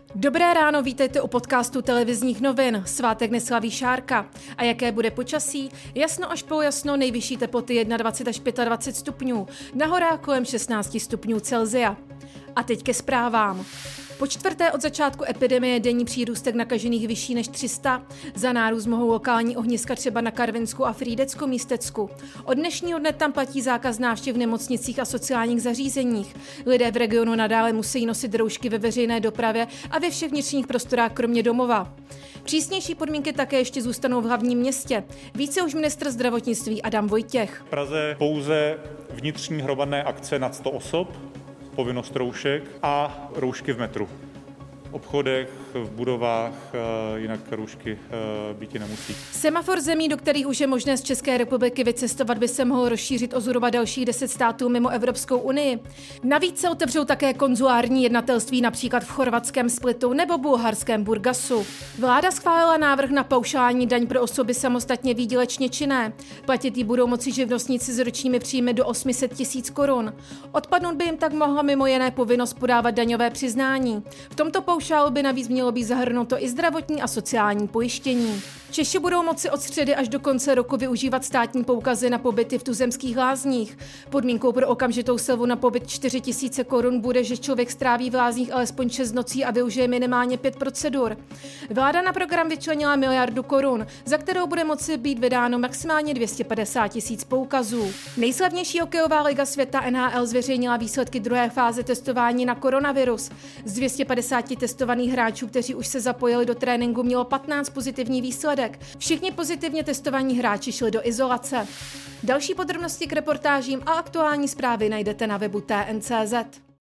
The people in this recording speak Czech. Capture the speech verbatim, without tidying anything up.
Dobré ráno, vítejte u podcastu televizních novin. Svátek neslaví Šárka. A jaké bude počasí? Jasno až poljasno, nejvyšší teploty dvacet jedna až dvacet pět stupňů. Na horách kolem šestnáct stupňů Celsia. A teď ke zprávám. Po čtvrté od začátku epidemie je denní přírůstek nakažených vyšší než tři sta. Za nárůst mohou lokální ohniska třeba na Karvinsku a Frýdecku místecku. Od dnešního dne tam platí zákaz návštěv v nemocnicích a sociálních zařízeních. Lidé v regionu nadále musí nosit roušky ve veřejné dopravě a ve všech vnitřních prostorách kromě domova. Přísnější podmínky také ještě zůstanou v hlavním městě. Více už ministr zdravotnictví Adam Vojtěch. V Praze pouze vnitřní hromadné akce nad sto osob, povinnost roušek a roušky v metru. V obchodech, v budovách, jinak roušky býti nemusí. Semafor zemí, do kterých už je možné z České republiky vycestovat, by se mohl rozšířit o zhruba dalších deset států mimo Evropskou unii. Navíc se otevřou také konzulární jednatelství například v chorvatském Splitu nebo bulharském Burgasu. Vláda schválila návrh na paušální daň pro osoby samostatně výdělečně činné. Platit ji budou moci živnostníci s ročními příjmy do osm set tisíc korun. Odpadnout by jim tak mohla mimo jiné povinnost podávat daňové přiznání. V tomto paušálu by navíc mělo být zahrnuto i zdravotní a sociální pojištění. Češi budou moci od středy až do konce roku využívat státní poukazy na pobyty v tuzemských lázních. Podmínkou pro okamžitou slevu na pobyt čtyři tisíce korun bude, že člověk stráví v lázních alespoň šest nocí a využije minimálně pět procedur. Vláda na program vyčlenila miliardu korun, za kterou bude moci být vydáno maximálně dvě stě padesát tisíc poukazů. Nejslavnější hokejová liga světa N H L zveřejnila výsledky druhé fáze testování na koronavirus. Z dvě stě padesáti testovaných hráčů, kteří už se zapojili do tréninku, mělo patnáct pozitivní výsledek. Všichni pozitivně testovaní hráči šli do izolace. Další podrobnosti k reportážím a aktuální zprávy najdete na webu T N tečka cé zet.